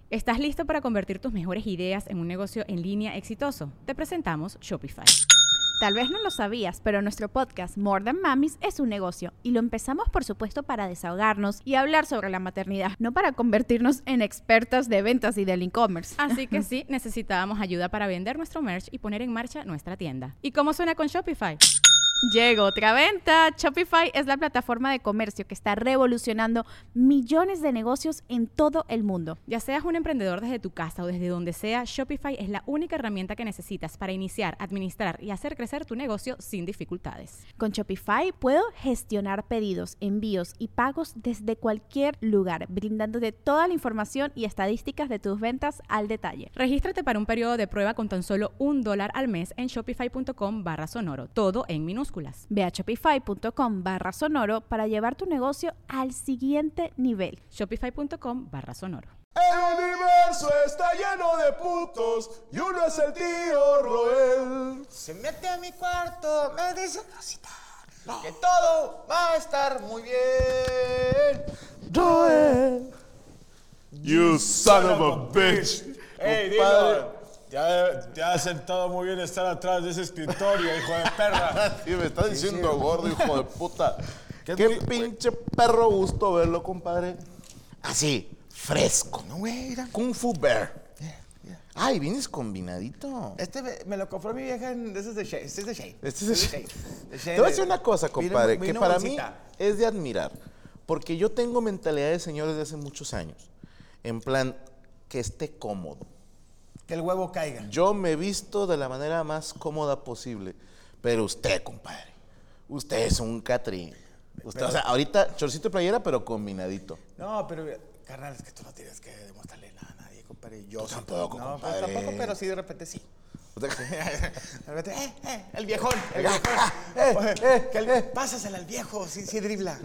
¿Estás listo para convertir tus mejores ideas en un negocio en línea exitoso? Te presentamos Shopify. Tal vez no lo sabías, pero nuestro podcast More Than Mamis es un negocio y lo empezamos por supuesto para desahogarnos y hablar sobre la maternidad, no para convertirnos en expertas de ventas y del e-commerce. Así que sí, necesitábamos ayuda para vender nuestro merch y poner en marcha nuestra tienda. ¿Y cómo suena con Shopify? Llegó otra venta. Shopify es la plataforma de comercio que está revolucionando millones de negocios en todo el mundo. Ya seas un emprendedor desde tu casa o desde donde sea, Shopify es la única herramienta que necesitas para iniciar, administrar y hacer crecer tu negocio sin dificultades. Con Shopify puedo gestionar pedidos, envíos y pagos desde cualquier lugar, brindándote toda la información y estadísticas de tus ventas al detalle. Regístrate para un periodo de prueba con tan solo $1 al mes en shopify.com/sonoro, todo en minúsculas. Ve a shopify.com/sonoro para llevar tu negocio al siguiente nivel. Shopify.com/sonoro. El universo está lleno de putos y uno es el tío Roel. Se mete a mi cuarto, me dice Rosita, que todo va a estar muy bien. Roel, you son of a bitch. Hey, Compadre. Dino, te ha sentado muy bien estar atrás de ese escritorio, hijo de perra. Sí, me está diciendo sí. gordo, hijo de puta. Qué Qué muy- pinche perro gusto verlo, compadre. Así, fresco. No, güey, mira. Kung Fu Bear. Yeah. Ay, vienes combinadito. Me lo compró mi vieja en de esos de Shea. Este es de Shea. Este es de Shea. De Shea. Te voy a decir una cosa, compadre, Vino que para bolsita. mí es de admirar. Porque yo tengo mentalidad de señor desde hace muchos años. En plan, que esté cómodo. Que el huevo caiga. Yo me visto de la manera más cómoda posible. Pero usted, compadre, usted es un catrín. Usted, o sea, ahorita chorcito y playera, pero combinadito. No, pero, carnal, es que tú no tienes que demostrarle nada a nadie, compadre. Yo Tú sí, tampoco, no, compadre. pues tampoco, pero sí de repente sí. O sea, De repente, el viejón, el Eh, viejón. eh, Oye, pásasela al viejo, sí dribla.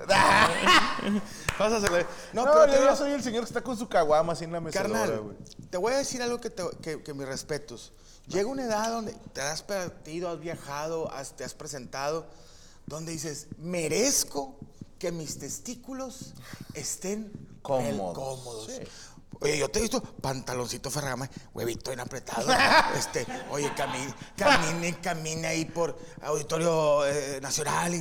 Pásasela. No, pero yo ya soy el señor que está con su caguama así en la mecedora, carnal, güey. te voy a decir algo que mis respetos. Llega una edad donde te has partido, has viajado, te has presentado, donde dices, merezco que mis testículos estén cómodos. Sí. Oye, yo te he visto pantaloncito Ferragamo, huevito bien apretado. Oye, camine ahí por Auditorio Nacional.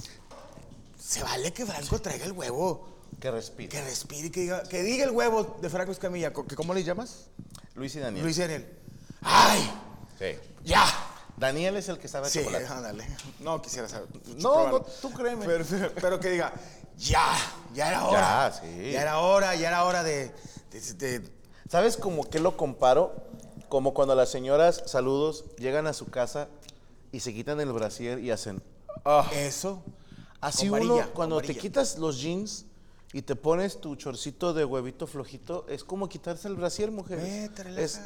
Se vale que Franco traiga el huevo. Que respire. Que respire, que diga el huevo de Franco Escamilla. ¿Cómo le llamas? Luis y Daniel. Luis Daniel. ¡Ay! Sí. ¡Ya! Daniel es el que sabe Sí, chocolate. ándale. No quisiera saber. No, tú créeme. Pero que diga, ya era hora. Ya, sí. Ya era hora de ¿Sabes como que lo comparo? Como cuando las señoras, saludos, llegan a su casa y se quitan el brasier y hacen... eso. Así Con uno, varilla, cuando con te varilla. quitas los jeans y te pones tu chorcito de huevito flojito, es como quitarse el brasier, mujeres. Te relajas.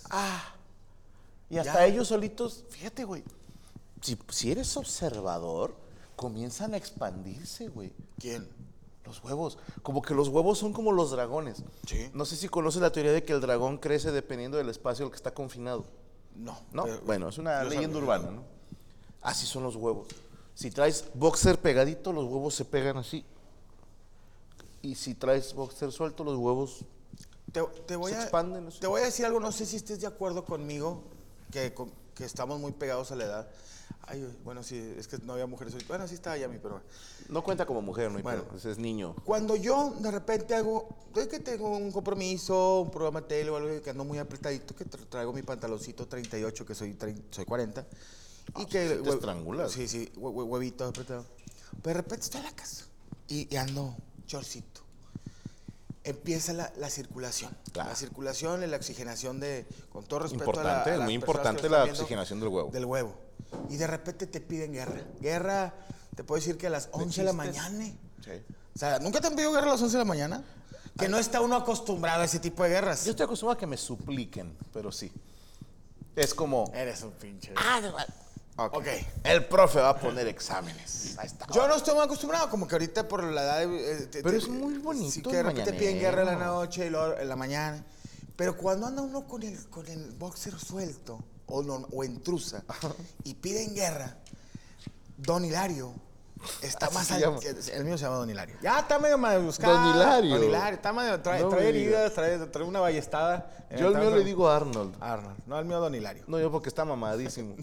Y hasta Ya. ellos solitos, fíjate, güey, si eres observador, comienzan a expandirse, güey. ¿Quién? Los huevos. Como que los huevos son como los dragones. Sí. No sé si conoces la teoría de que el dragón crece dependiendo del espacio al que está confinado. No. ¿No? pero- Bueno, es una yo leyenda sabía. urbana, ¿no? Así son los huevos. Si traes boxer pegadito, los huevos se pegan así. Y si traes boxer suelto, los huevos... Te voy Se a, expanden, no sé. te voy a decir algo, no sé si estés de acuerdo conmigo, que estamos muy pegados a la edad. Ay, bueno, sí, es que no había mujeres hoy. Bueno, sí estaba Yami, pero... No cuenta como mujer, no hay Bueno. pedo, ese es niño. Cuando yo de repente es que tengo un compromiso, un programa de tele o algo que ando muy apretadito, que traigo mi pantaloncito 38, que soy 40. Y que sí te estrangulas. Sí, huevito apretado. Pero de repente estoy en la casa y ando chorcito. Empieza la circulación. Claro. La circulación y la oxigenación con todo respeto Importante, a es las muy personas importante que la están viendo, oxigenación del huevo. Del huevo. Y de repente te piden guerra. Guerra, te puedo decir que a las 11 de la chistes. mañana. Sí. O sea, ¿nunca te han pedido guerra a las 11 de la mañana? Que no está uno acostumbrado a ese tipo de guerras. Yo estoy acostumbrado a que me supliquen, pero sí. Es como... Eres un pinche. Ok. El profe va a poner exámenes. Ahí está. Yo no estoy muy acostumbrado, como que ahorita por la edad... Pero es muy bonito Sí, el que de repente te piden guerra en la mañanero. noche y luego en la mañana. Pero cuando anda uno con el boxer suelto o en trusa y piden guerra, Don Hilario está Así más se llama. el mío se llama Don Hilario. Ya está medio mal buscado. Don Hilario. Don Hilario, está medio, trae No me heridas, trae una ballestada. Yo al mío le digo Arnold. Arnold, no, el mío Don Hilario. No, yo porque está mamadísimo.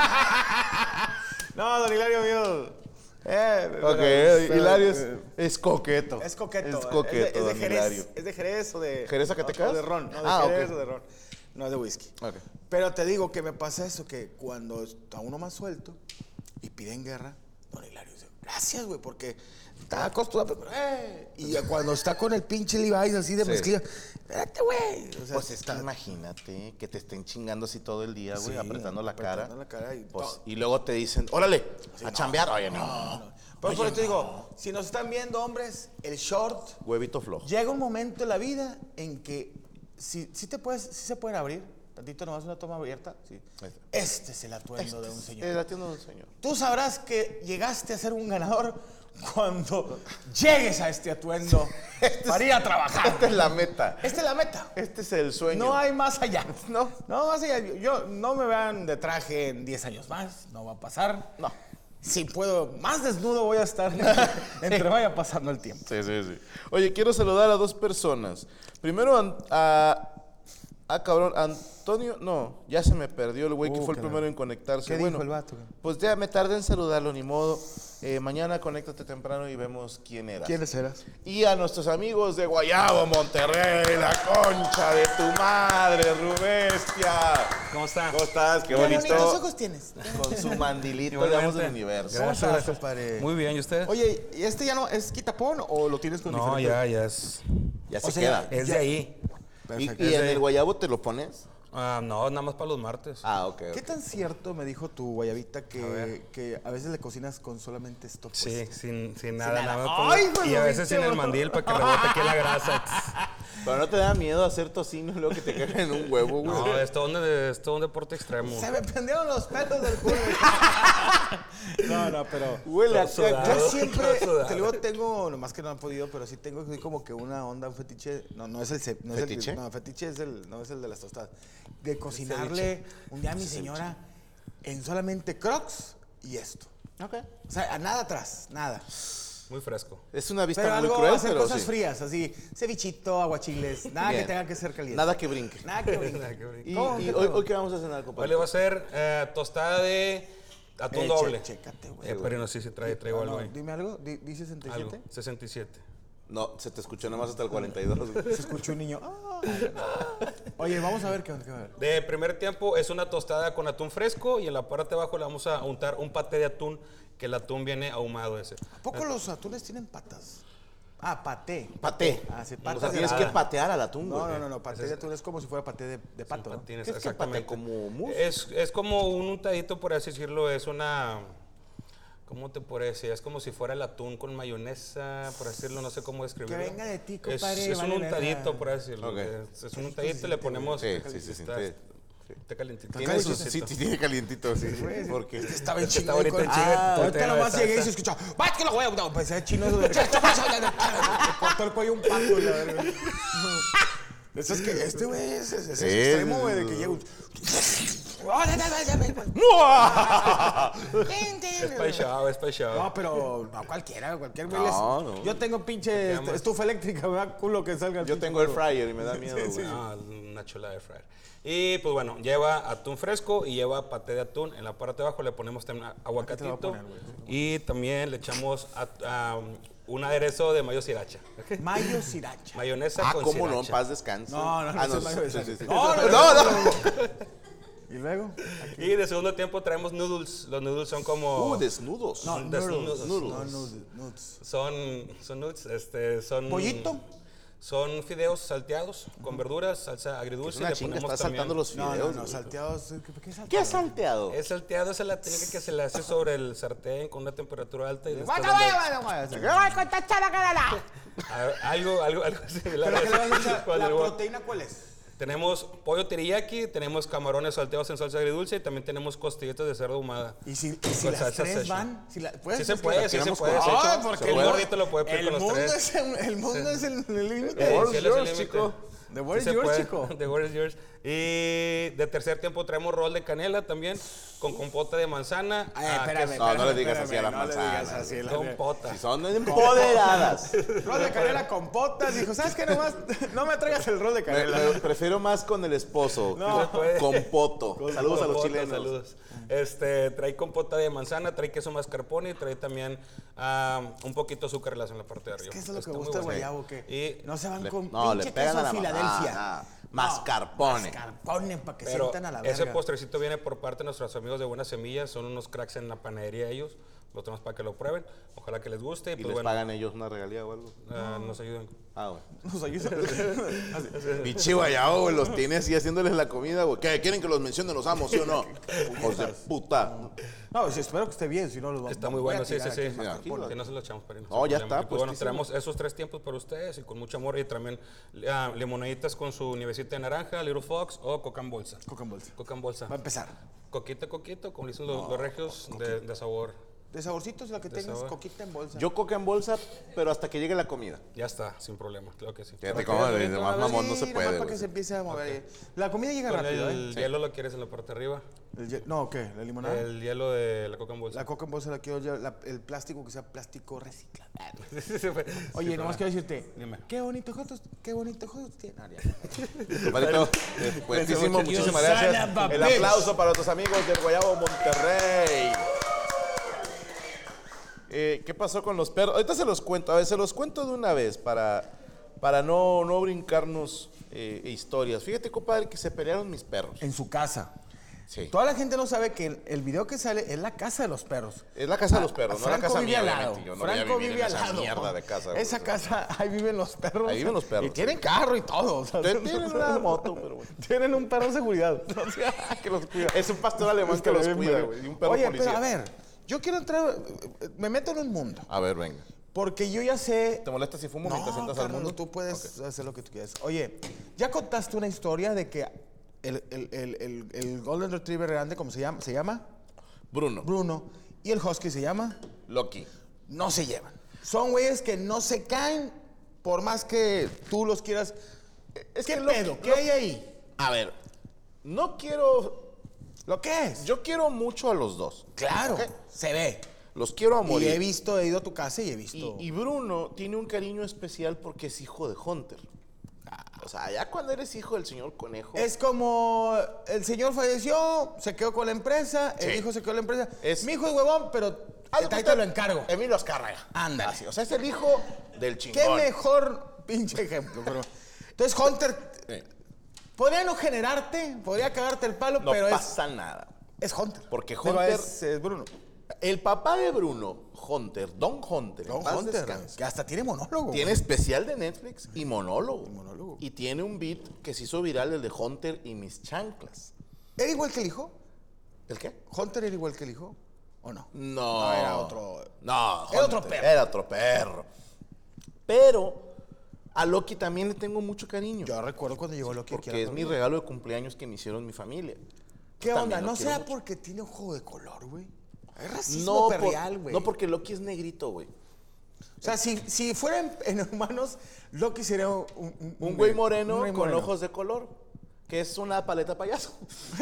No, Don Hilario mío. Ok, Hilario es coqueto. Es coqueto. Es coqueto, es de don Jerez. Hilario. ¿Es de Jerez o de...? ¿Jerez Zacatecas? O de ron. No, de Jerez o de ron. No, es de whisky. Ok. Pero te digo que me pasa eso, que cuando está uno más suelto y piden guerra, Don Hilario dice, gracias, güey, porque está acostumbrado, pero, y cuando está con el pinche Levi's así de mezclilla, espérate, güey. O sea, Pues es que imagínate que te estén chingando así todo el día, güey, Sí, apretando la cara. apretando la cara y Pues, todo. y luego te dicen, órale, Sí, a no, chambear. Oye, no. Pero por eso te digo, si nos están viendo, hombres, el short, Huevito flojo. llega un momento en la vida en que sí se pueden abrir, tantito nomás una toma abierta, sí. Este es el atuendo de un señor. El atiendo de un señor. Tú sabrás que llegaste a ser un ganador cuando llegues a este atuendo para ir a trabajar. Esta es la meta. Esta es la meta. Este es el sueño. No hay más allá. No. No más allá. Yo no me vean de traje en 10 años más. No va a pasar. No. Si puedo, más desnudo voy a estar entre vaya pasando el tiempo. Sí. Oye, quiero saludar a dos personas. Primero cabrón, Antonio, no, ya se me perdió el güey que fue el primero en conectarse. ¿Qué Bueno, dijo el vato? pues ya me tardé en saludarlo, ni modo. Mañana conéctate temprano y vemos quién era. ¿Quiénes eras? Y a nuestros amigos de Guayabo, Monterrey, la concha de tu madre, Rubestia. ¿Cómo está? ¿Cómo estás? Qué Qué bonito. bonitos ojos tienes. Con su mandilito, Igualmente. digamos, del universo. ¿Cómo Gracias, estás, gracias. compadre? Muy bien, ¿y usted? Oye, ¿y este ya no es quitapón o lo tienes con No, diferente? ya es. Ya O se sea, queda. Es de ahí. Perfecto. ¿Y en el Guayabo te lo pones? No, nada más para los martes. Ah, ok. ¿Qué tan cierto me dijo tu guayabita que a veces le cocinas con solamente esto? Pues? Sí, sin nada, nada. nada más pongo- Ay, pues, y a lo veces viste, sin el bro. mandil para que rebote aquí la grasa. Pero no te da miedo hacer tocino y luego que te caiga en un huevo, güey. No, es todo un deporte extremo. Se me prendieron los pelos del culo. No, pero... Huele a Todo caca. Yo siempre, Todo sudado. te digo, tengo, nomás que no han podido, pero sí tengo así como que una onda, un fetiche. No es el no es ¿Fetiche? no, fetiche es no es el de las tostadas. De cocinarle un día a mi señora en solamente Crocs y esto. Ok. O sea, a nada atrás, nada. Muy fresco. Es una vista Pero muy algo, cruel, hacer pero cosas sí. frías, así, cevichito, aguachiles, nada Bien. que tenga que ser caliente. Nada que brinque. Nada que brinque. Nada que brinque. Y, ¿Cómo? y ¿Qué hoy, pedo? hoy ¿qué vamos a cenar, Hoy compadre? le va a hacer tostada de atún doble. Chécate, güey. Pero no sé si traigo algo ahí. Dime algo, ¿dice 67? Algo. 67. No, se te escuchó nada más hasta el 42. güey. Se escuchó un niño. Oye, vamos a ver qué va a ver. De primer tiempo es una tostada con atún fresco y en la parte de abajo le vamos a untar un paté de atún, que el atún viene ahumado ese. ¿A poco los atunes tienen patas? Ah, paté. Paté. Ah, sí, O patas sea, de tienes atún. que patear al atún, No, güey. no, paté de atún es como si fuera paté de pato, ¿no? Patines, ¿Qué es que exactamente. patea? ¿Como mousse? Es como un untadito, por así decirlo, es una... ¿Cómo te puedo decir? Es como si fuera el atún con mayonesa, por así decirlo, no sé cómo describirlo. Que venga de ti, Es compadre, un vale untadito, verga. por así decirlo. Ok. Es un untadito y le ponemos... Sí, sí, Está, sí. está calientito. Tiene su, sí, tiene calientito, sí. Porque Estaba en Es que chino. está ahorita en chinga, ahorita ahorita nomás está- llegué y está- se escuchó. ¡Vas que lo voy a! No, pensé chino. Me cortó el cuello un pato, la verdad. Eso es que este güey es extremo, güey, de que llega un... Es paishao. No, pero no cualquiera, cualquier güey. No, no. Yo tengo pinche llamas? estufa eléctrica, me da culo que salga. el yo pinche tengo el fuego. fryer y me da miedo, güey. Ah, una chulada de fryer. Y pues bueno, lleva atún fresco y lleva paté de atún. En la parte de abajo le ponemos también aguacatito. poner, güey. Y también le echamos un aderezo de mayo sriracha. Mayo sriracha. Mayonesa Ah, con ¿cómo no? En sriracha. paz descanse. No, Ah, ese es mayo sí, sriracha. sí, sí. No, no. Y luego. Y de segundo tiempo traemos noodles. Los noodles son como... Desnudos. No, Desnudos. noodles. Son noodles, son... ¿Pollito? Son fideos salteados con verduras, salsa agridulce. Es una le chinga, ponemos estás saltando también- los No, fideos. no, güey. salteados. ¿Qué es salteado? ¿Qué es salteado? Es salteado, esa es la técnica que se le hace sobre el sartén con una temperatura alta y después algo similar. ¿Pero qué le vas a echar? Cuando ¿La el- proteína cuál es? Tenemos pollo teriyaki, tenemos camarones salteados en salsa agridulce y también tenemos costillitas de cerdo ahumada. Y si Con las salsa tres Szechuan. van, ¿puedes Sí se mezclar? puede, sí se queremos puede. con- de hecho, Ah, porque el gordito lo puede pedir el con los mundo tres. el mundo es el límite. Sí, Por sí, él es el Dios, límite. chico. The word Sí is se yours, puede. chico. The word is yours. Y de tercer tiempo traemos rol de canela también, con compota de manzana. Espérame, No le digas así a las no le manzanas. digas así. Compota. Si son empoderadas. Rol de canela con potas. Dijo, ¿sabes qué? Nomás no me traigas el rol de canela. Prefiero más con el esposo. Sí se puede. Con poto. Saludos a los Compota, chilenos. Saludos. Trae compota de manzana, trae queso mascarpone y trae también un poquito de azúcar en la parte de arriba. ¿Qué es lo que Está muy gusta el bueno. guayabo? Que Y- no se van con No, pinche le pegan queso a la Filadelfia. Mascarpone. Mascarpone para que Pero sientan a la verga. ese postrecito viene por parte de nuestros amigos de Buenas Semillas. Son unos cracks en la panadería ellos. Lo tenemos para que lo prueben. Ojalá que les guste. Y ¿Y pues les bueno, pagan ellos una regalía o algo? nos ayuden. Ah, bueno. Nos ayuda. Pinche guayabo, güey, los tiene así haciéndoles la comida, güey. ¿Qué? ¿Quieren que los mencione los amos, sí o no? Hijos de puta. No, sí, espero que esté bien, si no los vamos Está muy bueno, sí, sí, sí. Aquí, Que no se lo echamos para irnos. No, ya Sin está, problema. Y pues bueno, puestísimo. tenemos esos 3 tiempos para ustedes y con mucho amor. Y también limonaditas con su nievecita de naranja, Little Fox o coca en bolsa. Coca en bolsa. Coca en bolsa. Va a empezar. Coquita, como dicen los regios, de sabor. De saborcitos, la que De tengas, sabor. coquita en bolsa. Yo coca en bolsa, pero hasta que llegue la comida. Ya está, sin problema, claro que sí. Fíjate cómo de más mamón no se Sí, puede, nomás para que güey. se empiece a mover. La comida llega Con rápido, el hielo lo quieres en la parte de arriba. No, ¿qué? ¿La limonada? El hielo de la coca en bolsa. La coca en bolsa la quiero yo, el plástico que sea plástico reciclado. Oye, Oye, nomás quiero decirte, Dime. qué bonito jotos tiene. Ah, ya. Compadrito, buenísimo, muchísimas gracias. El aplauso para nuestros amigos del Guayabo Monterrey. ¿Qué pasó con los perros? Ahorita se los cuento. A ver, se los cuento de una vez para no brincarnos historias. Fíjate, compadre, que se pelearon mis perros. En su casa. Sí. Toda la gente no sabe que el video que sale es la casa de los perros. Es la casa de los perros, no la Franco casa vive mía, al lado. obviamente. Yo no voy a Franco vivir vive en al esa lado. mierda de casa. güey. Esa casa, ahí viven los perros. Ahí viven los perros, Y tienen sí. carro y todo. O sea, Tienen una moto, pero bueno. tienen un perro de seguridad. O sea, que los cuida. Es un pastor alemán que los cuida, güey. Y un perro Oye, policía. pero a ver, yo quiero entrar, me meto en un mundo. A ver, venga. Porque yo ya sé. ¿Te molesta si fumo mientras No, entras al carnal, mundo? tú puedes hacer lo que tú quieras. Oye, ya contaste una historia de que el Golden Retriever grande, ¿cómo se llama? ¿Se llama? Bruno. Bruno. Y el Husky se llama. Loki. No se llevan. Son güeyes que no se caen por más que tú los quieras. ¿Qué pedo? ¿Qué hay ahí? A ver, no quiero... ¿Lo que es? Yo quiero mucho a los dos. Claro, ¿Ok? se ve. Los quiero a Y morir. he ido a tu casa y he visto. Y Bruno tiene un cariño especial porque es hijo de Hunter. O sea, ya cuando eres hijo del señor Conejo... Es como el señor falleció, se quedó con la empresa, el Sí. hijo se quedó con la empresa. Es- Mi hijo es huevón, pero Haz de ahí cuenta, te lo encargo. Emilio Azcárraga. Ándale. Así, o sea, es el hijo del Qué chingón. mejor pinche ejemplo, pero. Entonces, Hunter, Sí. podría no generarte, podría cagarte el palo, No pero pasa nada. es Hunter. Porque Digo, Hunter- es Bruno. El papá de Bruno, Hunter, Don Hunter, en Don paz Hunter, descanse, que hasta tiene monólogo. tiene especial de Netflix y monólogo. monólogo. Y tiene un beat que se hizo viral, el de Hunter y mis chanclas. ¿Era igual que el hijo? ¿El qué? ¿Hunter era igual que el hijo? ¿O no? No. No, era otro. No, Era otro Hunter, perro. Era otro perro. Pero a Loki también le tengo mucho cariño. Yo recuerdo cuando llegó Loki aquí a la Porque es mi familia. regalo de cumpleaños que me hicieron mi familia. ¿Qué También onda? lo ¿No quiero será mucho. porque tiene ojo de color, güey? Es racismo No, perreal, güey. no, porque Loki es negrito, güey. O sea, si fuera en humanos, Loki sería Un güey moreno un güey con moreno. ojos de color, que es una paleta payaso.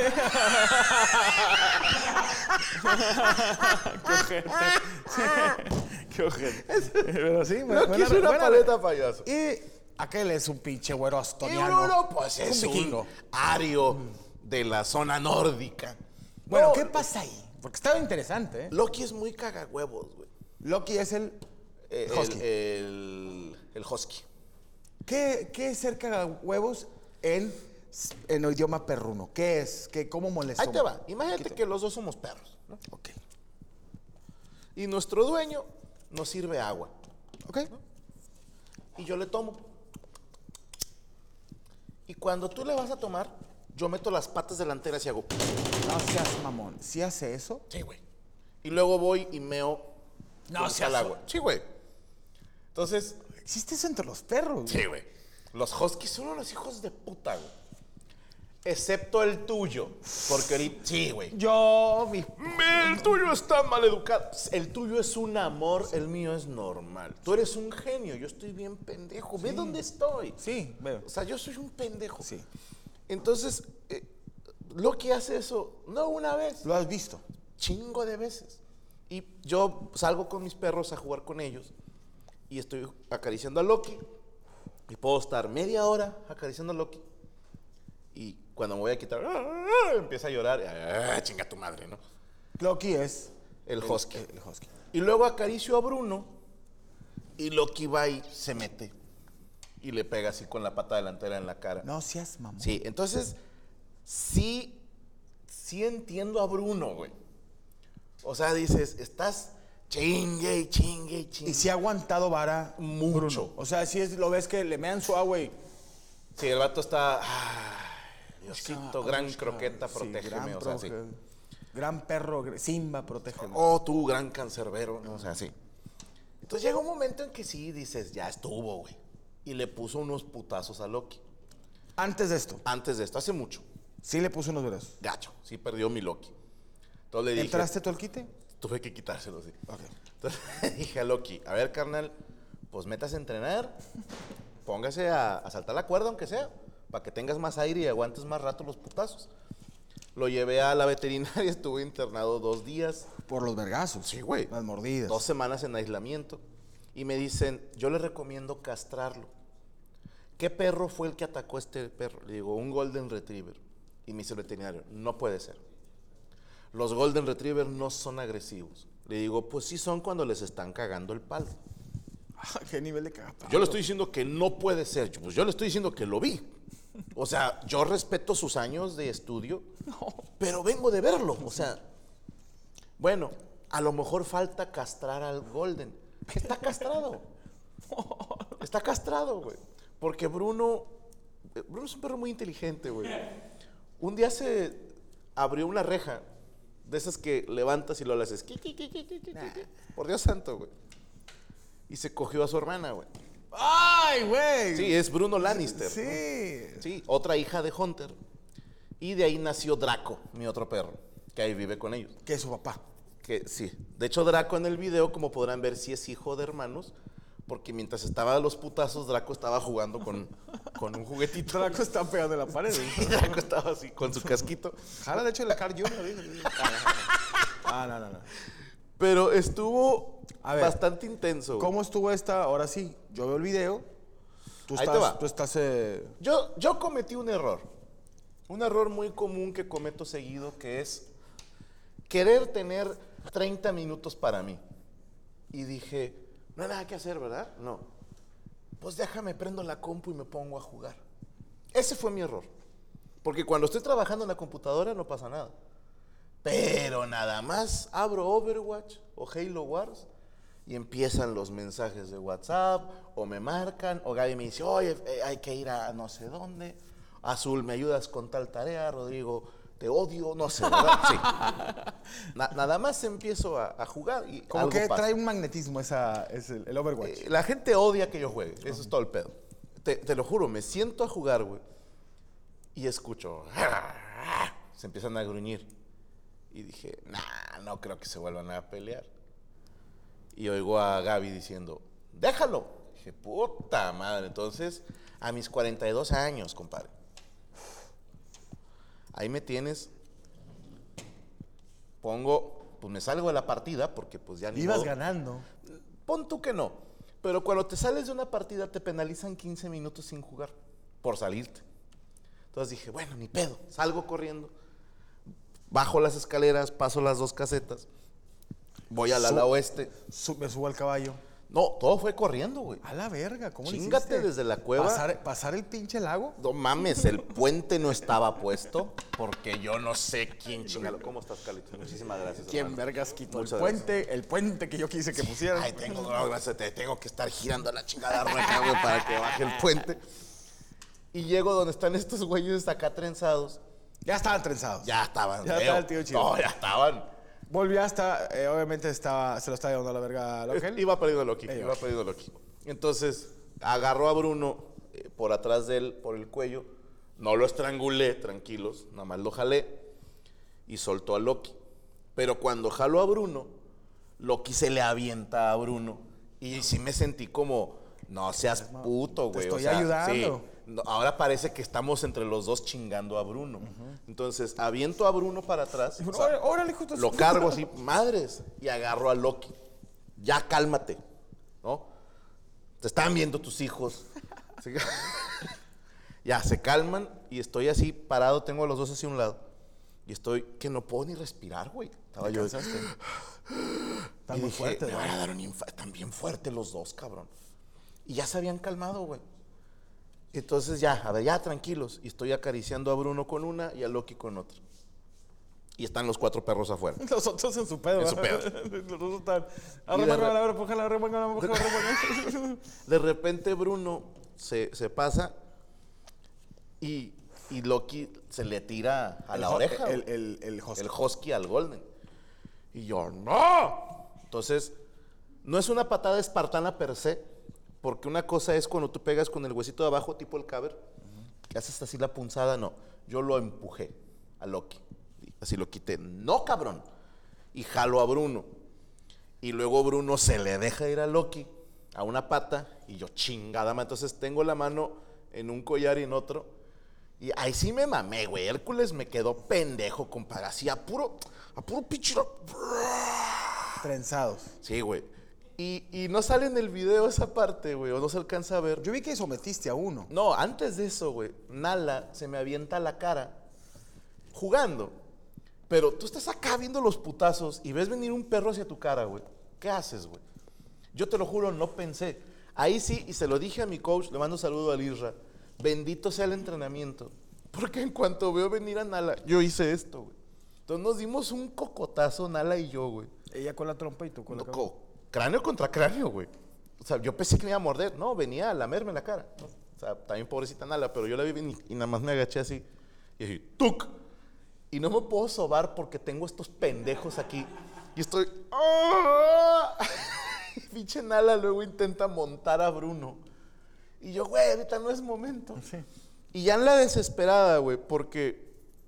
Qué ojete. Pero sí, Loki es una paleta payaso. Y aquel es un pinche güero Y astoniano. Bruno, pues es un vikingo. ario de la zona nórdica. Bueno, No, ¿qué pasa ahí? Porque estaba interesante, ¿eh? Loki es muy cagahuevos, güey. Loki es el Husky. El husky. ¿Qué es ser cagahuevos en el idioma perruno? ¿Qué es? ¿Cómo molesta? Ahí te va. Imagínate que los dos somos perros, ¿no? Ok. Y nuestro dueño nos sirve agua. ¿Ok? Y yo le tomo. Y cuando tú le vas a tomar, yo meto las patas delanteras y hago... No seas mamón. ¿Sí hace eso? Sí, güey. Y luego voy y meo... No donde está el seas- agua. Sí, güey. Entonces... ¿Existe eso entre los perros? Sí, güey. Los huskies son unos hijos de puta, güey. Excepto el tuyo. Porque ahorita... Sí, güey. El tuyo está mal educado. El tuyo es un amor, el mío es normal. Tú eres un genio, yo estoy bien pendejo. Ve dónde estoy. Sí, veo. O sea, yo soy un pendejo. Sí. Entonces, Loki hace eso, no una vez, ¿Lo has visto? chingo de veces. Y yo salgo con mis perros a jugar con ellos y estoy acariciando a Loki y puedo estar media hora acariciando a Loki y cuando me voy a quitar, empieza a llorar, chinga tu madre, ¿no? Loki es... El husky. El husky. Y luego acaricio a Bruno y Loki va y se mete y le pega así con la pata delantera en la cara. No seas mamón. Sí, entonces, sí entiendo a Bruno, güey. O sea, dices, estás chingue. Y si ha aguantado vara Mucho. Bruno. O sea, si lo ves que le mean su agua y... Sí, el vato está... Diosito, gran croqueta, Sí, protégeme, o sea, sí. Gran perro, Simba, protégeme. Oh, tú, gran cancerbero, o sea, sí. Entonces llega un momento en que sí dices, ya estuvo, güey. Y le puso unos putazos a Loki. Antes de esto, Antes de esto, hace mucho. sí le puso unos brazos. Gacho, sí perdió mi Loki. Entonces le dije... ¿Entraste tú al quite? Tuve que quitárselo, sí. Ok. Entonces le dije a Loki, a ver, carnal, pues métase a entrenar, póngase a saltar la cuerda, aunque sea, para que tengas más aire y aguantes más rato los putazos. Lo llevé a la veterinaria, estuve internado 2 días. Por los vergazos. Sí, güey. Las mordidas. 2 semanas en aislamiento. Y me dicen, yo le recomiendo castrarlo. ¿Qué perro fue el que atacó a este perro? Le digo, un Golden Retriever. Y me dice el veterinario, no puede ser. Los Golden Retriever no son agresivos. Le digo, pues sí son cuando les están cagando el palo. ¿Qué nivel de cagapalo? Yo le estoy diciendo que no puede ser. Pues yo le estoy diciendo que lo vi. O sea, yo respeto sus años de estudio, pero vengo de verlo. O sea, bueno, a lo mejor falta castrar al Golden. Está castrado. Está castrado, güey. Porque Bruno es un perro muy inteligente, güey. Un día se abrió una reja de esas que levantas y lo haces. Por Dios santo, güey. Y se cogió a su hermana, güey. ¡Ay, güey! Sí, es Bruno Lannister. Sí. ¿no? Sí, otra hija de Hunter. Y de ahí nació Draco, mi otro perro, que ahí vive con ellos. Que es su papá. Que sí. De hecho, Draco en el video, como podrán ver, sí es hijo de hermanos, porque mientras estaba a los putazos, Draco estaba jugando con un juguetito. Draco está pegado en la pared. Y Draco estaba así, con su casquito. Jala, de hecho, la Carl Jr. No. Pero estuvo A ver, bastante intenso. güey. ¿Cómo estuvo esta? Ahora sí, yo veo el video. Ahí te va. Tú estás... Yo cometí un error. Un error muy común que cometo seguido, que es querer tener 30 minutos para mí. Y dije, no hay nada que hacer, ¿verdad? No. Pues déjame, prendo la compu y me pongo a jugar. Ese fue mi error. Porque cuando estoy trabajando en la computadora no pasa nada. Pero nada más abro Overwatch o Halo Wars y empiezan los mensajes de WhatsApp, o me marcan, o Gaby me dice, oye, hay que ir a no sé dónde. Azul, ¿me ayudas con tal tarea? Rodrigo, te odio, no sé, ¿verdad? Sí. Nada más empiezo a jugar y Como algo que pasa. trae un magnetismo el Overwatch. La gente odia que yo juegue, eso es todo el pedo. Te lo juro, me siento a jugar, güey, y escucho, se empiezan a gruñir. Y dije, no creo que se vuelvan a pelear. Y oigo a Gaby diciendo, déjalo. Dije, puta madre. Entonces, a mis 42 años, compadre. Ahí me tienes. Pues me salgo de la partida porque pues ya ni Ibas modo. ganando. Pon tú que no. Pero cuando te sales de una partida te penalizan 15 minutos sin jugar por salirte. Entonces dije, bueno, ni pedo. Salgo corriendo. Bajo las escaleras, paso las 2 casetas. Voy al ala oeste. Me subo al caballo. No, todo fue corriendo, güey. A la verga, ¿cómo le Chíngate hiciste? desde la cueva. ¿Pasar el pinche lago? No mames, el puente no estaba puesto porque yo no sé quién chingalo. ¿Cómo estás, Carlitos? Muchísimas gracias. ¿Quién hermano. vergas quitó Muchas el puente que yo quise que pusieran? Ay, tengo que estar girando la chingada rueca, güey, para que baje el puente. Y llego donde están estos güeyes acá trenzados. Ya estaban trenzados. Ya estaban. Ya estaba el tío chido. No, ya estaban. Volvió hasta, obviamente se lo estaba llevando a la verga a Logel. Iba perdido Loki. Entonces, agarró a Bruno por atrás de él, por el cuello. No lo estrangulé, tranquilos, nada más lo jalé y soltó a Loki. Pero cuando jaló a Bruno, Loki se le avienta a Bruno. Y sí me sentí como, no seas puto, güey. estoy ayudando. Sí. No, ahora parece que estamos entre los dos chingando a Bruno. Entonces, aviento a Bruno para atrás. O sea, Órale, hijo de lo su- cargo así, madres, y agarro a Loki. Ya cálmate, ¿no? Te están viendo tus hijos. Así que- ya, se calman y estoy así parado, tengo a los dos hacia un lado. Y estoy, que no puedo ni respirar, güey. Estaba yo. Están Y muy dije, fuertes, me ¿no? van a dar un infarto. Están bien fuertes los dos, cabrón. Y ya se habían calmado, güey. Entonces ya, a ver, ya tranquilos. Y estoy acariciando a Bruno con una y a Loki con otra. Y están los 4 perros afuera. Los otros en su pedo. En su ¿verdad? Los otros están. De repente Bruno se pasa y Loki se le tira a la oreja. güey. El husky. El husky al Golden. Y yo, ¡no! Entonces, no es una patada espartana per se, porque una cosa es cuando tú pegas con el huesito de abajo, tipo el caber, que haces así la punzada, no. Yo lo empujé a Loki. Así lo quité. ¡No, cabrón! Y jalo a Bruno. Y luego Bruno se le deja ir a Loki a una pata y yo chingada, entonces tengo la mano en un collar y en otro. Y ahí sí me mamé, güey. Hércules me quedó pendejo, compadre. Así a puro pichiro. Trenzados. Sí, güey. Y no sale en el video esa parte, güey, o no se alcanza a ver. Yo vi que sometiste a uno. No, antes de eso, güey, Nala se me avienta a la cara jugando. Pero tú estás acá viendo los putazos y ves venir un perro hacia tu cara, güey. ¿Qué haces, güey? Yo te lo juro, no pensé. Ahí sí, y se lo dije a mi coach, le mando un saludo al Isra. Bendito sea el entrenamiento. Porque en cuanto veo venir a Nala, yo hice esto, güey. Entonces nos dimos un cocotazo, Nala y yo, güey. Ella con la trompa y tú con la cabeza. Cráneo contra cráneo, güey. O sea, yo pensé que me iba a morder. No, venía a lamerme la cara, ¿no? O sea, también pobrecita Nala, pero yo la vi venir y nada más me agaché así. Y dije, ¡tuc! Y no me puedo sobar porque tengo estos pendejos aquí. Y estoy... ¡ah! Pinche Nala luego intenta montar a Bruno. Y yo, güey, ahorita no es momento. Sí. Y ya en la desesperada, güey, porque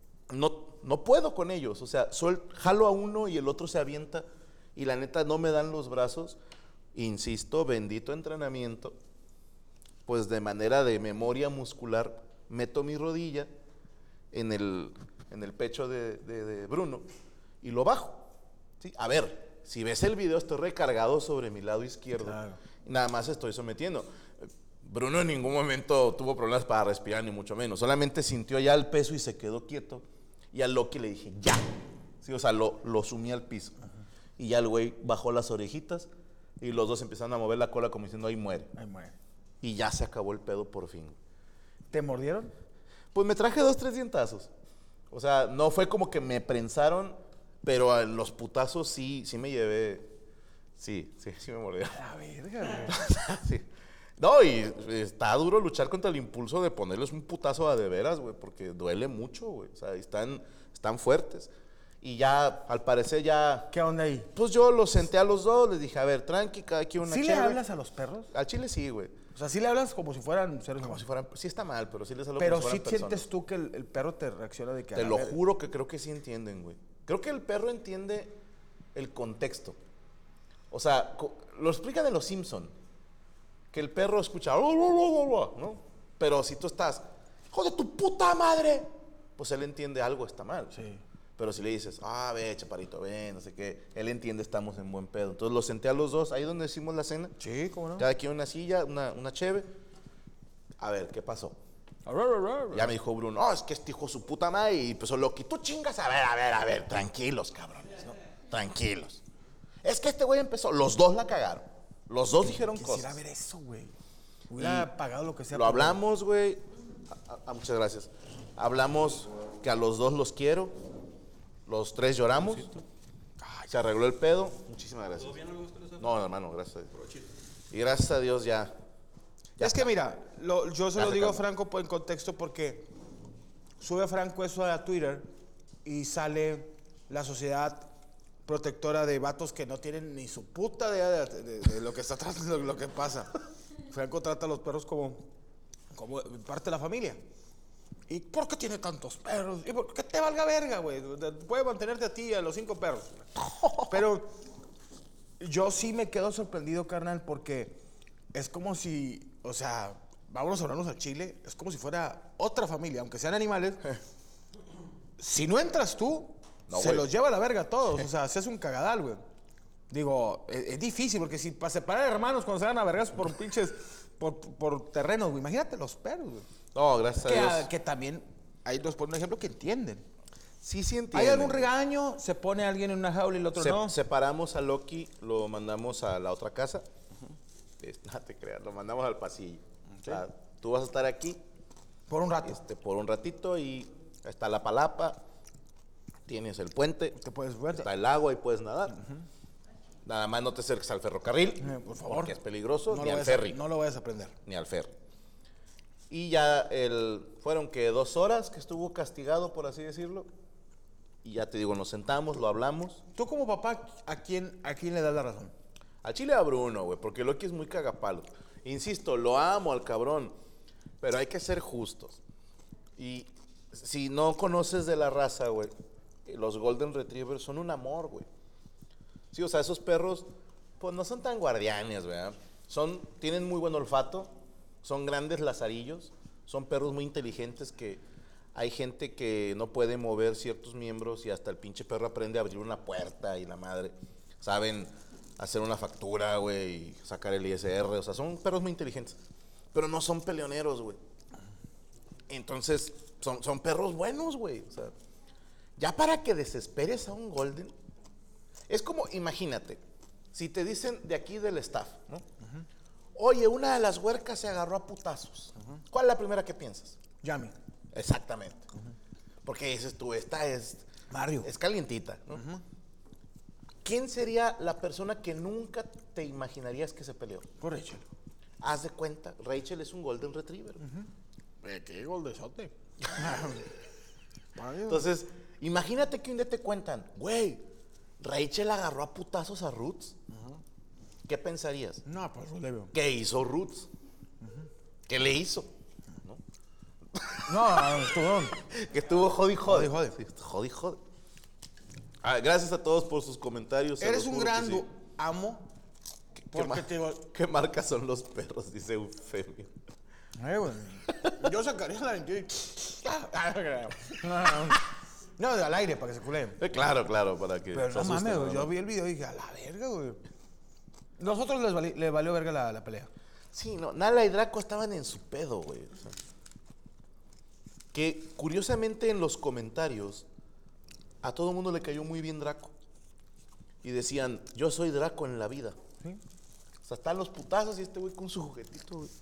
no puedo con ellos. O sea, jalo a uno y el otro se avienta. Y la neta no me dan los brazos. Insisto, bendito entrenamiento. Pues de manera de memoria muscular, meto mi rodilla en el pecho de Bruno y lo bajo. ¿Sí? A ver, si ves el video, estoy recargado sobre mi lado izquierdo. Claro. Y nada más estoy sometiendo. Bruno en ningún momento tuvo problemas para respirar, ni mucho menos. Solamente sintió ya el peso y se quedó quieto. Y a Loki le dije, ¡ya! Sí, o sea, lo sumí al piso. Ajá. Y ya el güey bajó las orejitas y los dos empezaron a mover la cola como diciendo, ahí muere. Ahí muere. Y ya se acabó el pedo por fin. ¿Te mordieron? Pues me traje 2, 3 dientazos. O sea, no fue como que me prensaron, pero a los putazos sí me llevé. Sí me mordieron. A verga, güey. Sí. No, y está duro luchar contra el impulso de ponerles un putazo a de veras, güey, porque duele mucho, güey. O sea, están fuertes. Y ya, al parecer ya... ¿Qué onda ahí? Pues yo los senté a los dos, les dije, a ver, tranqui, cada quien una ¿Sí le chévere. hablas a los perros? Al chile sí, güey. O sea, sí le hablas como si fueran seres Como humanos. si fueran... Sí está mal, pero sí les hablo Pero como si sí fueran sientes personas. tú que el perro te reacciona de que... Te lo juro que creo que sí entienden, güey. Creo que el perro entiende el contexto. O sea, lo explican en Los Simpson. Que el perro escucha, ¿no? Pero si tú estás, ¡hijo de tu puta madre! Pues él entiende algo está mal. Sí. Pero si le dices, ve, chaparito, ven, no sé qué, él entiende, estamos en buen pedo. Entonces los senté a los dos, ahí donde hicimos la cena. Sí, ¿cómo no? Cada quien una silla, una cheve. A ver, ¿qué pasó? Ya me dijo Bruno, es que este hijo de su puta madre. Y pues Loki, tú chingas, a ver, tranquilos, cabrones, ¿no? Tranquilos. Es que este güey empezó, los dos la cagaron. Los dos dijeron Quisiera cosas. ver eso, güey. Hubiera pagado lo que sea. Lo hablamos, güey. Muchas gracias. Hablamos que a los dos los quiero. Los 3 lloramos. Se arregló el pedo. Muchísimas gracias. No, hermano, gracias a Dios. Y gracias a Dios ya. Es que mira, yo se Ya lo se digo a calmó. Franco en contexto porque sube Franco eso a Twitter y sale la sociedad protectora de vatos que no tienen ni su puta idea de lo que está tratando, lo que pasa. Franco trata a los perros como parte de la familia. ¿Y por qué tiene tantos perros? ¿Y por qué te valga verga, güey? Puede mantenerte a ti y a los 5 perros. Pero yo sí me quedo sorprendido, carnal, porque es como si, o sea, vámonos a hablarnos al chile, es como si fuera otra familia, aunque sean animales. Si no entras tú, No, se güey. los lleva a la verga a todos. O sea, se hace un cagadal, güey. Digo, es difícil, porque si para separar hermanos cuando se dan a vergas por pinches, por terrenos, güey. Imagínate los perros, güey. No, gracias a Dios. Que también, ahí nos pone un ejemplo que entienden. Sí entienden. Hay algún regaño, se pone alguien en una jaula y el otro no. Separamos a Loki, lo mandamos a la otra casa. No te creas, lo mandamos al pasillo. O sea, tú vas a estar aquí Por un rato. por un ratito y está la palapa, tienes el puente, Te puedes ver. está el agua y puedes nadar. Nada más no te acerques al ferrocarril, Por favor. porque es peligroso, No ni lo al vayas a- ferry, no lo vayas a aprender. ni al ferry. Y ya fueron que 2 horas que estuvo castigado, por así decirlo. Y ya te digo, nos sentamos, lo hablamos. Tú como papá, ¿a quién le das la razón? Al chile a Bruno, güey, porque Loki es muy cagapalo. Insisto, lo amo al cabrón, pero hay que ser justos. Y si no conoces de la raza, güey, los Golden Retrievers son un amor, güey. Sí, o sea, esos perros, pues no son tan guardianes, ¿verdad? Tienen muy buen olfato, son grandes lazarillos, son perros muy inteligentes que hay gente que no puede mover ciertos miembros y hasta el pinche perro aprende a abrir una puerta y la madre. Saben hacer una factura, güey, y sacar el ISR. O sea, son perros muy inteligentes. Pero no son peleoneros, güey. Entonces, son perros buenos, güey. O sea, ya para que desesperes a un Golden. Es como, imagínate, si te dicen de aquí del staff, ¿no? Oye, una de las huercas se agarró a putazos. ¿Cuál es la primera que piensas? Yami. Exactamente. Porque dices tú, esta es... Mario. Es calientita, ¿no? ¿Quién sería la persona que nunca te imaginarías que se peleó? Por Rachel. Haz de cuenta, Rachel es un Golden Retriever. ¿Qué goldezote? Entonces, imagínate que un día te cuentan, güey, Rachel agarró a putazos a Roots. ¿Qué pensarías? No, pues le veo. ¿Qué hizo Roots? ¿Qué le hizo? No, estuvo. Que estuvo jodi. Jodi. Sí, jodi. Gracias a todos por sus comentarios. se Eres los un juro gran que sí. amo. ¿Qué, Porque te digo, ¿Qué marca son los perros? Dice Eufemio. güey. Yo sacaría la 28. No, al aire para que se culeen. Claro, para que Pero se no asusten, mames, güey. ¿no? Yo vi el video y dije, a la verga, güey. Nosotros les valió verga la pelea. Sí, no, Nala y Draco estaban en su pedo, güey. O sea, que curiosamente en los comentarios a todo el mundo le cayó muy bien Draco. Y decían, yo soy Draco en la vida. ¿Sí? O sea, están los putazos y este güey con su juguetito, güey.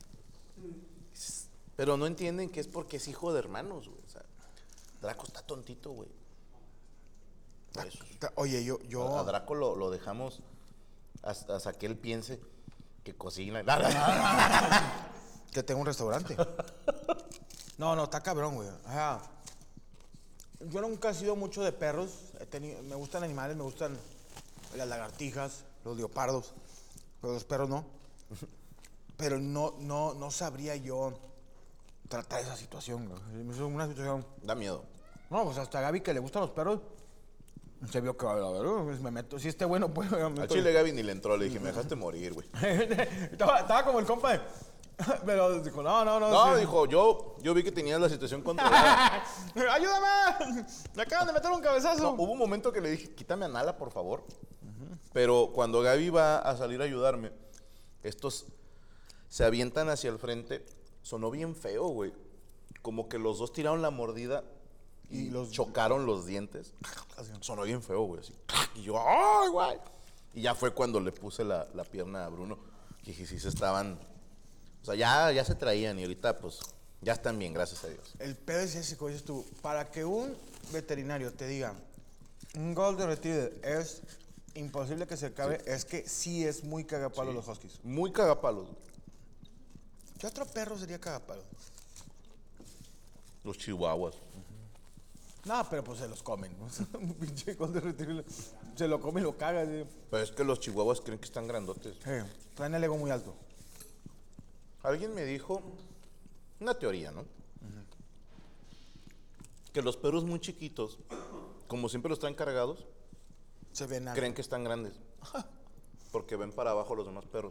Pero no entienden que es porque es hijo de hermanos, güey. O sea, Draco está tontito, güey. Por eso. Oye, A Draco lo dejamos hasta que él piense que cocina. Que tengo un restaurante. No, está cabrón, güey. Ajá. Yo nunca he sido mucho de perros. Me gustan animales, me gustan las lagartijas, los leopardos. Pero los perros no. Pero no sabría yo tratar esa situación, güey. Es una situación. Da miedo. No, pues hasta a Gaby que le gustan los perros. Se vio que, a ver, me meto. Si este bueno, pues. Al chile Gaby ni le entró, le dije, me dejaste morir, güey. estaba como el compa de. Pero dijo, no. No, sí. dijo, yo vi que tenías la situación controlada. ¡Ayúdame! Me acaban de meter un cabezazo. No, hubo un momento que le dije, quítame a Nala, por favor. Pero cuando Gaby va a salir a ayudarme, estos se avientan hacia el frente. Sonó bien feo, güey. Como que los dos tiraron la mordida y los chocaron los dientes. Sonó bien feo, güey. Así. Y yo, ¡ay, güey! Y ya fue cuando le puse la pierna a Bruno. Que dije, sí se estaban... O sea, ya se traían y ahorita, pues, ya están bien, gracias a Dios. El pedo es ese, como dices tú. Para que un veterinario te diga, un Golden Retriever es imposible que se acabe, es que sí es muy cagapalo los huskies. Muy cagapalos, güey. ¿Qué otro perro sería cagapalo? Los chihuahuas. No, pero pues se los comen, ¿no? Un pinche Golden Retriever se lo come y lo caga. ¿Sí? Pero es que los chihuahuas creen que están grandotes. Traen el ego muy alto. Alguien me dijo, una teoría, ¿no? que los perros muy chiquitos, como siempre los traen cargados, Se ven nada. creen que están grandes. Porque ven para abajo los demás perros.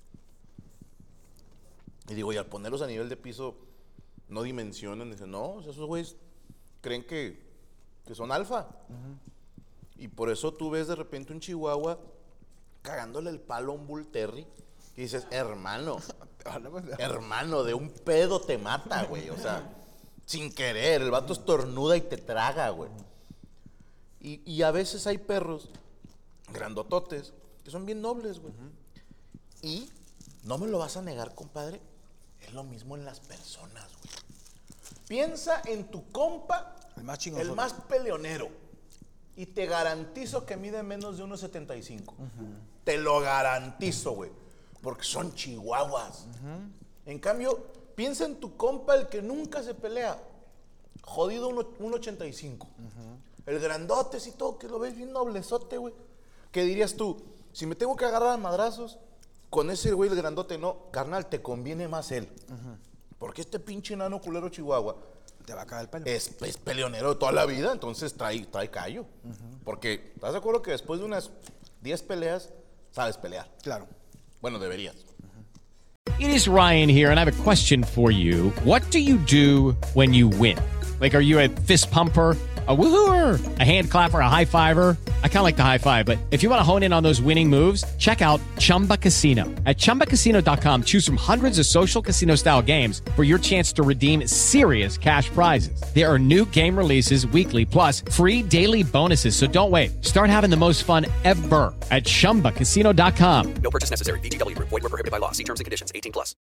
Y digo, y al ponerlos a nivel de piso, no dimensionan. Dicen, no, esos güeyes creen que son alfa. Y por eso tú ves de repente un chihuahua cagándole el palo a un bull terrier. Y dices, hermano, de un pedo te mata, güey. O sea, sin querer, el vato estornuda y te traga, güey. Y a veces hay perros grandototes que son bien nobles, güey. Y no me lo vas a negar, compadre, es lo mismo en las personas, güey. Piensa en tu compa, El más chingón. el más peleonero. Y te garantizo que mide menos de 1.75. Te lo garantizo, güey. Porque son chihuahuas. En cambio, piensa en tu compa, el que nunca se pelea. Jodido 1.85. El grandote, y todo, que lo ves bien noblezote, güey. ¿Qué dirías tú? Si me tengo que agarrar a madrazos con ese güey, el grandote, no, carnal, te conviene más él. Porque este pinche enano culero chihuahua Te va a caer el pelo. es peleonero de toda la vida, entonces trae callo. Porque, ¿estás de acuerdo que después de unas 10 peleas, sabes pelear? Claro. Bueno, deberías. It is Ryan here, and I have a question for you. What do you do when you win? Like, are you a fist pumper, a woohooer, a hand clapper, a high fiver? I kind of like the high five, but if you want to hone in on those winning moves, check out Chumba Casino. At ChumbaCasino.com, choose from hundreds of social casino-style games for your chance to redeem serious cash prizes. There are new game releases weekly, plus free daily bonuses, so don't wait. Start having the most fun ever at ChumbaCasino.com. No purchase necessary. VGW Group. Void where prohibited by law. See terms and conditions. 18+.